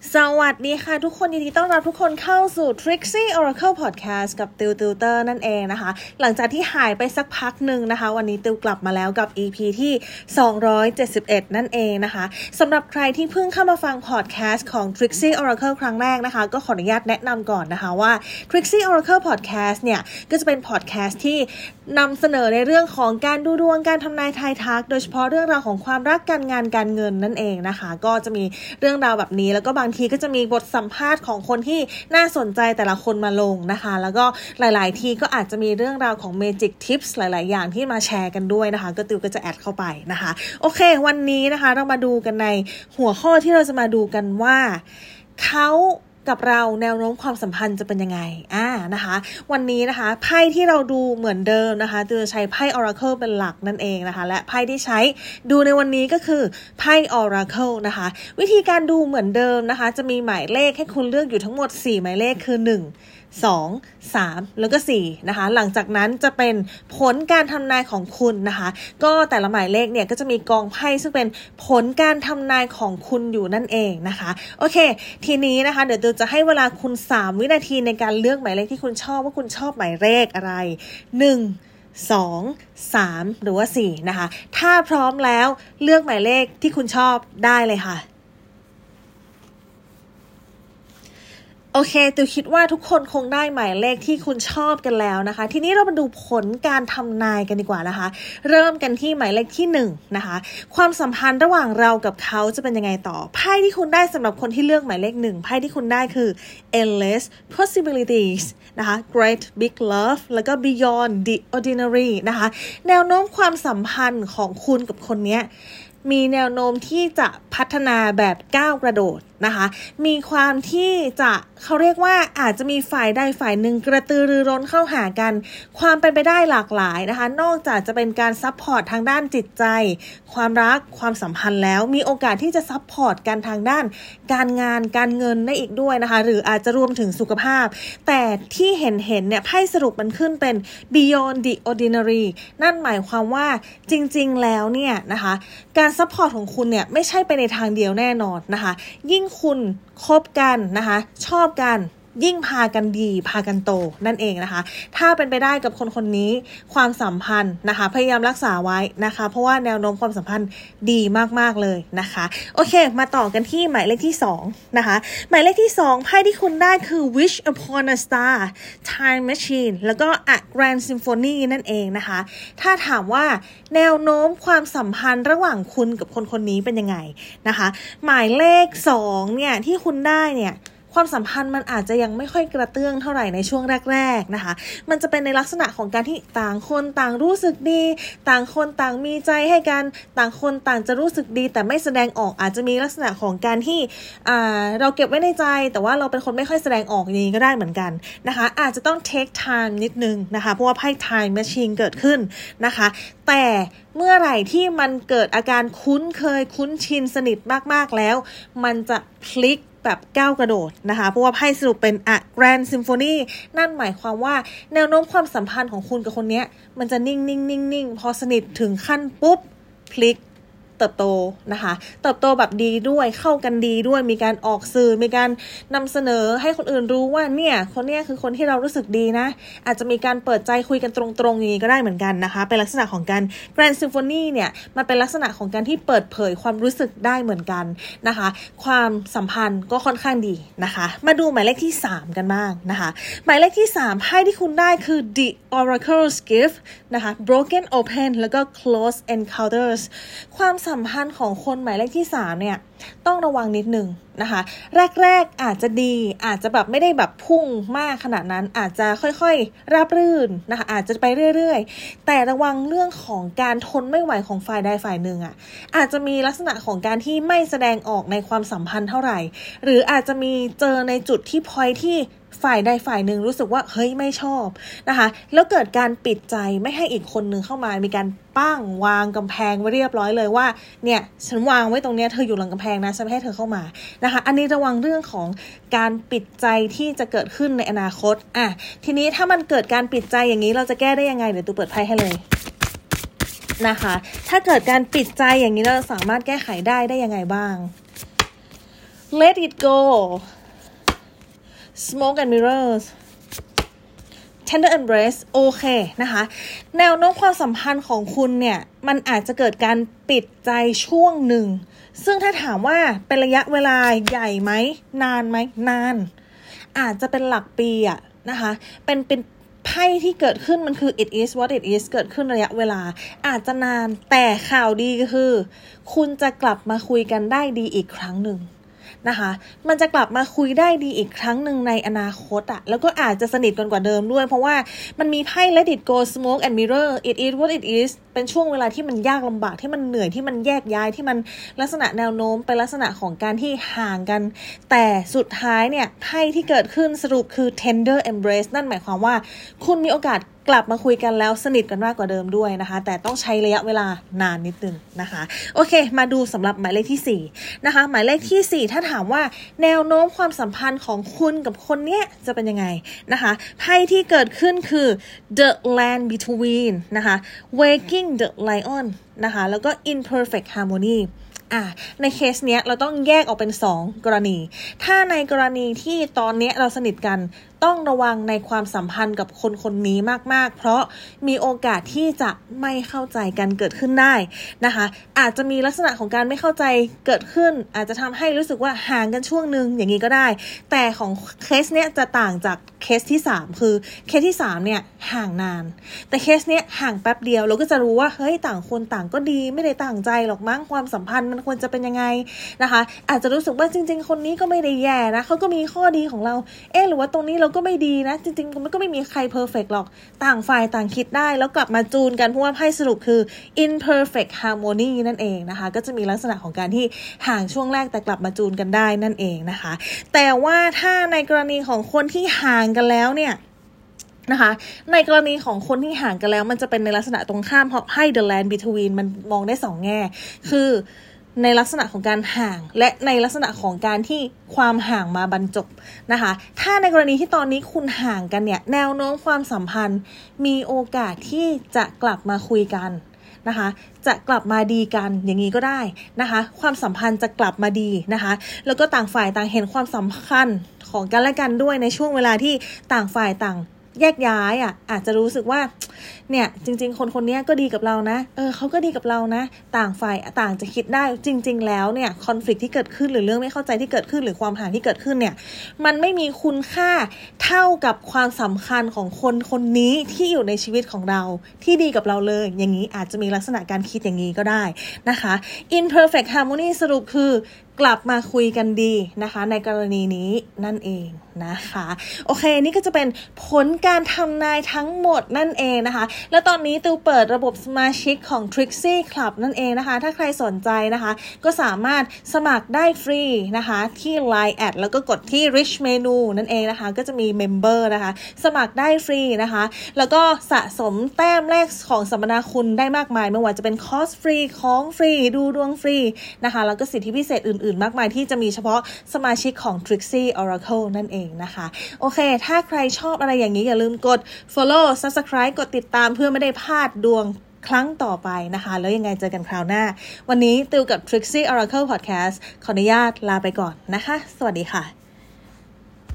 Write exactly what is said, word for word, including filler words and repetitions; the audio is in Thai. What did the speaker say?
สวัสดีค่ะทุกคนยินดีต้อนรับทุกคนเข้าสู่ Trixie Oracle Podcast กับติวติวเตอร์นั่นเองนะคะหลังจากที่หายไปสักพักหนึ่งนะคะวันนี้ติวกลับมาแล้วกับ อี พี ที่สองร้อยเจ็ดสิบเอ็ดนั่นเองนะคะสำหรับใครที่เพิ่งเข้ามาฟัง podcast ของ Trixie Oracle ครั้งแรกนะคะก็ขออนุญาตแนะนำก่อนนะคะว่า Trixie Oracle Podcast เนี่ยก็จะเป็น podcast ที่นำเสนอในเรื่องของการดูดวงการทำนายทายทักโดยเฉพาะเรื่องราวของความรักการงานการเงินนั่นเองนะคะก็จะมีเรื่องราวแบบนี้แล้วก็บางทีก็จะมีบทสัมภาษณ์ของคนที่น่าสนใจแต่ละคนมาลงนะคะแล้วก็หลายๆทีก็อาจจะมีเรื่องราวของ Magic Tips หลายๆอย่างที่มาแชร์กันด้วยนะคะก็ติวก็จะแอดเข้าไปนะคะโอเควันนี้นะคะเรามาดูกันในหัวข้อที่เราจะมาดูกันว่าเขากับเราแนวโน้มความสัมพันธ์จะเป็นยังไงอ่านะคะวันนี้นะคะไพ่ที่เราดูเหมือนเดิมนะคะจะใช้ไพ่ Oracle เป็นหลักนั่นเองนะคะและไพ่ที่ใช้ดูในวันนี้ก็คือไพ่ Oracle นะคะวิธีการดูเหมือนเดิมนะคะจะมีหมายเลขให้คุณเลือกอยู่ทั้งหมดสี่หมายเลขคือหนึ่ง สอง สามแล้วก็สี่นะคะหลังจากนั้นจะเป็นผลการทำนายของคุณนะคะก็แต่ละหมายเลขเนี่ยก็จะมีกองไพ่ซึ่งเป็นผลการทำนายของคุณอยู่นั่นเองนะคะโอเคทีนี้นะคะเดี๋ยวเราจะให้เวลาคุณสามวินาทีในการเลือกหมายเลขที่คุณชอบว่าคุณชอบหมายเลขอะไรหนึ่ง สอง สามหรือว่าสี่นะคะถ้าพร้อมแล้วเลือกหมายเลขที่คุณชอบได้เลยค่ะโอเคติวคิดว่าทุกคนคงได้หมายเลขที่คุณชอบกันแล้วนะคะทีนี้เรามาดูผลการทำนายกันดีกว่านะคะเริ่มกันที่หมายเลขที่หนึ่งนะคะความสัมพันธ์ระหว่างเรากับเขาจะเป็นยังไงต่อไพ่ที่คุณได้สำหรับคนที่เลือกหมายเลขหนึ่งไพ่ที่คุณได้คือ endless possibilities นะคะ great big love แล้วก็ beyond the ordinary นะคะแนวโน้มความสัมพันธ์ของคุณกับคนนี้มีแนวโน้มที่จะพัฒนาแบบก้าวกระโดดนะคะมีความที่จะเขาเรียกว่าอาจจะมีฝ่ายใดฝ่ายหนึ่งกระตือรือร้นเข้าหากันความเป็นไปได้หลากหลายนะคะนอกจากจะเป็นการซัพพอร์ตทางด้านจิตใจความรักความสัมพันธ์แล้วมีโอกาสที่จะซัพพอร์ตกันทางด้านการงานการเงินได้อีกด้วยนะคะหรืออาจจะรวมถึงสุขภาพแต่ที่เห็นเห็นเนี่ยไพ่สรุปมันขึ้นเป็น beyond the ordinary นั่นหมายความว่าจริงๆแล้วเนี่ยนะคะการซัพพอร์ตของคุณเนี่ยไม่ใช่ไปในทางเดียวแน่นอนนะคะยิ่งคุณคบกันนะคะชอบกันยิ่งพากันดีพากันโตนั่นเองนะคะถ้าเป็นไปได้กับคนคนนี้ความสัมพันธ์นะคะพยายามรักษาไว้นะคะเพราะว่าแนวโน้มความสัมพันธ์ดีมากๆเลยนะคะโอเคมาต่อกันที่หมายเลขที่สองนะคะหมายเลขที่สองไพ่ที่คุณได้คือ Wish upon a star Time Machine แล้วก็ A Grand Symphony นั่นเองนะคะถ้าถามว่าแนวโน้มความสัมพันธ์ระหว่างคุณกับคนคนนี้เป็นยังไงนะคะหมายเลขสองเนี่ยที่คุณได้เนี่ยความสัมพันธ์มันอาจจะยังไม่ค่อยกระเตื้องเท่าไหร่ในช่วงแรกๆนะคะมันจะเป็นในลักษณะของการที่ต่างคนต่างรู้สึกดีต่างคนต่างมีใจให้กันต่างคนต่างจะรู้สึกดีแต่ไม่แสดงออกอาจจะมีลักษณะของการที่อ่าเราเก็บไว้ในใจแต่ว่าเราเป็นคนไม่ค่อยแสดงออกอย่างนี้ก็ได้เหมือนกันนะคะอาจจะต้อง take time นิดนึงนะคะเพราะว่าไพ่ time machine เกิดขึ้นนะคะแต่เมื่อไหร่ที่มันเกิดอาการคุ้นเคยคุ้นชินสนิทมากๆแล้วมันจะพลิกแบบก้าวกระโดดนะคะเพราะว่าไพ่สรุปเป็น A Grand Symphony นั่นหมายความว่าแนวโน้มความสัมพันธ์ของคุณกับคนนี้มันจะนิ่งๆๆๆพอสนิทถึงขั้นปุ๊บพลิกเติบโตนะคะเติบโตแบบดีด้วยเข้ากันดีด้วยมีการออกสื่อมีการนำเสนอให้คนอื่นรู้ว่าเนี่ยคนเนี้ยคือคนที่เรารู้สึกดีนะอาจจะมีการเปิดใจคุยกันตรงๆอย่างนี้ก็ได้เหมือนกันนะคะเป็นลักษณะของการ Grand Symphony เนี่ยมันเป็นลักษณะของการที่เปิดเผยความรู้สึกได้เหมือนกันนะคะความสัมพันธ์ก็ค่อนข้างดีนะคะมาดูหมายเลขที่สามกันบ้างนะคะหมายเลขที่สามไพ่ที่คุณได้คือ The Oracle's Gift นะคะ Broken Open แล้วก็ Close Encounters ความสัมพันธ์ของคนหมายเลขที่สามเนี่ยต้องระวังนิดนึงนะคะแรกๆอาจจะดีอาจจะแบบไม่ได้แบบพุ่งมากขนาดนั้นอาจจะค่อยๆราบรื่นนะคะอาจจะไปเรื่อยๆแต่ระวังเรื่องของการทนไม่ไหวของฝ่ายใดฝ่ายหนึ่งอ่ะอาจจะมีลักษณะของการที่ไม่แสดงออกในความสัมพันธ์เท่าไหร่หรืออาจจะมีเจอในจุดที่พอยที่ฝ่ายใดฝ่ายหนึ่งรู้สึกว่าเฮ้ยไม่ชอบนะคะแล้วเกิดการปิดใจไม่ให้อีกคนนึงเข้ามามีการปั้งวางกำแพงไว้เรียบร้อยเลยว่าเนี่ยฉันวางไว้ตรงเนี้ยเธออยู่หลังกำแพงนะฉันไม่ให้เธอเข้ามานะคะอันนี้ระวังเรื่องของการปิดใจที่จะเกิดขึ้นในอนาคตอ่ะทีนี้ถ้ามันเกิดการปิดใจอย่างนี้เราจะแก้ได้ยังไงเดี๋ยวตูเปิดไพ่ให้เลยนะคะถ้าเกิดการปิดใจอย่างนี้เราสามารถแก้ไขได้ได้ยังไงบ้าง let it go smoke and mirrors tender embrace โอเคนะคะแนวโน้มความสัมพันธ์ของคุณเนี่ยมันอาจจะเกิดการปิดใจช่วงหนึ่งซึ่งถ้าถามว่าเป็นระยะเวลาใหญ่ไหมนานไหมนานอาจจะเป็นหลักปีอะนะคะเป็นเป็นไพ่ที่เกิดขึ้นมันคือ it is what it is เกิดขึ้นระยะเวลาอาจจะนานแต่ข่าวดีก็คือคุณจะกลับมาคุยกันได้ดีอีกครั้งหนึ่งนะคะมันจะกลับมาคุยได้ดีอีกครั้งหนึ่งในอนาคตอะแล้วก็อาจจะสนิทกันกว่าเดิมด้วยเพราะว่ามันมีไพ่ let it go smoke and mirror it is what it is เป็นช่วงเวลาที่มันยากลำบากที่มันเหนื่อยที่มันแยกย้ายที่มันลักษณะแนวโน้มเป็นลักษณะของการที่ห่างกันแต่สุดท้ายเนี่ยไพ่ที่เกิดขึ้นสรุปคือ tender embrace นั่นหมายความว่าคุณมีโอกาสกลับมาคุยกันแล้วสนิทกันมากกว่าเดิมด้วยนะคะแต่ต้องใช้ระยะเวลานานนิดนึงนะคะโอเคมาดูสำหรับหมายเลขที่สี่นะคะหมายเลขที่สี่ถ้าถามว่าแนวโน้มความสัมพันธ์ของคุณกับคนเนี้ยจะเป็นยังไงนะคะไพ่ที่เกิดขึ้นคือ the land between นะคะ waking the lion นะคะแล้วก็ imperfect harmonyอ่ะในเคสเนี้ยเราต้องแยกออกเป็นสองกรณีถ้าในกรณีที่ตอนนี้เราสนิทกันต้องระวังในความสัมพันธ์กับคนคนนี้มากๆเพราะมีโอกาสที่จะไม่เข้าใจกันเกิดขึ้นได้นะคะอาจจะมีลักษณะของการไม่เข้าใจเกิดขึ้นอาจจะทำให้รู้สึกว่าห่างกันช่วงนึงอย่างนี้ก็ได้แต่ของเคสเนี้ยจะต่างจากเคสที่สามคือเคสที่สามเนี่ยห่างนานแต่เคสเนี้ยห่างแป๊บเดียวเราก็จะรู้ว่าเฮ้ยต่างคนต่างก็ดีไม่ได้ต่างใจหรอกมั้งความสัมพันธ์มันควรจะเป็นยังไงนะคะอาจจะรู้สึกว่าจริงๆคนนี้ก็ไม่ได้แย่นะเขาก็มีข้อดีของเราเอ๊ะหรือว่าตรงนี้เราก็ไม่ดีนะจริงๆมันก็ไม่มีใครเพอร์เฟกต์หรอกต่างฝ่ายต่างคิดได้แล้วกลับมาจูนกันเพราะว่าไพ่สรุปคือ imperfect harmony นั่นเองนะคะก็จะมีลักษณะของการที่ห่างช่วงแรกแต่กลับมาจูนกันได้นั่นเองนะคะแต่ว่าถ้าในกรณีของคนที่ห่างกันแล้วเนี่ยนะคะในกรณีของคนที่ห่างกันแล้วมันจะเป็นในลักษณะตรงข้ามเพราะไพ่ the land between มันมองได้สองแง่คือในลักษณะของการห่างและในลักษณะของการที่ความห่างมาบรรจบนะคะถ้าในกรณีที่ตอนนี้คุณห่างกันเนี่ยแนวโน้มความสัมพันธ์มีโอกาสที่จะกลับมาคุยกันนะคะจะกลับมาดีกันอย่างนี้ก็ได้นะคะความสัมพันธ์จะกลับมาดีนะคะแล้วก็ต่างฝ่ายต่างเห็นความสำคัญของกันและกันด้วยในช่วงเวลาที่ต่างฝ่ายต่างแยกย้ายอ่ะอาจจะรู้สึกว่าเนี่ยจริงๆคนคนนี้ก็ดีกับเรานะเออเขาก็ดีกับเรานะต่างฝ่ายต่างจะคิดได้จริงๆแล้วเนี่ยคอนฟลิกต์ที่เกิดขึ้นหรือเรื่องไม่เข้าใจที่เกิดขึ้นหรือความห่างที่เกิดขึ้นเนี่ยมันไม่มีคุณค่าเท่ากับความสำคัญของคนคนนี้ที่อยู่ในชีวิตของเราที่ดีกับเราเลยอย่างนี้อาจจะมีลักษณะการคิดอย่างนี้ก็ได้นะคะ imperfect harmony สรุปคือกลับมาคุยกันดีนะคะในกรณีนี้นั่นเองนะคะโอเคนี่ก็จะเป็นผลการทำนายทั้งหมดนั่นเองนะคะและตอนนี้ติวเปิดระบบสมาชิกของ Trixie Club นั่นเองนะคะถ้าใครสนใจนะคะก็สามารถสมัครได้ฟรีนะคะที่ ไลน์ แอดแล้วก็กดที่ Rich Menu นั่นเองนะคะก็จะมี Member นะคะสมัครได้ฟรีนะคะแล้วก็สะสมแต้มแรกของสัมมนาคุณได้มากมายไม่ว่าจะเป็นคอร์สฟรีของฟรีดูดวงฟรีนะคะแล้วก็สิทธิพิเศษอื่นอื่นมากมายที่จะมีเฉพาะสมาชิกของ Trixie Oracle นั่นเองนะคะโอเคถ้าใครชอบอะไรอย่างนี้อย่าลืมกด follow subscribe กดติดตามเพื่อไม่ได้พลาดดวงครั้งต่อไปนะคะแล้วยังไงเจอกันคราวหน้าวันนี้ติวกับ Trixie Oracle Podcast ขออนุญาตลาไปก่อนนะคะสวัสดีค่ะ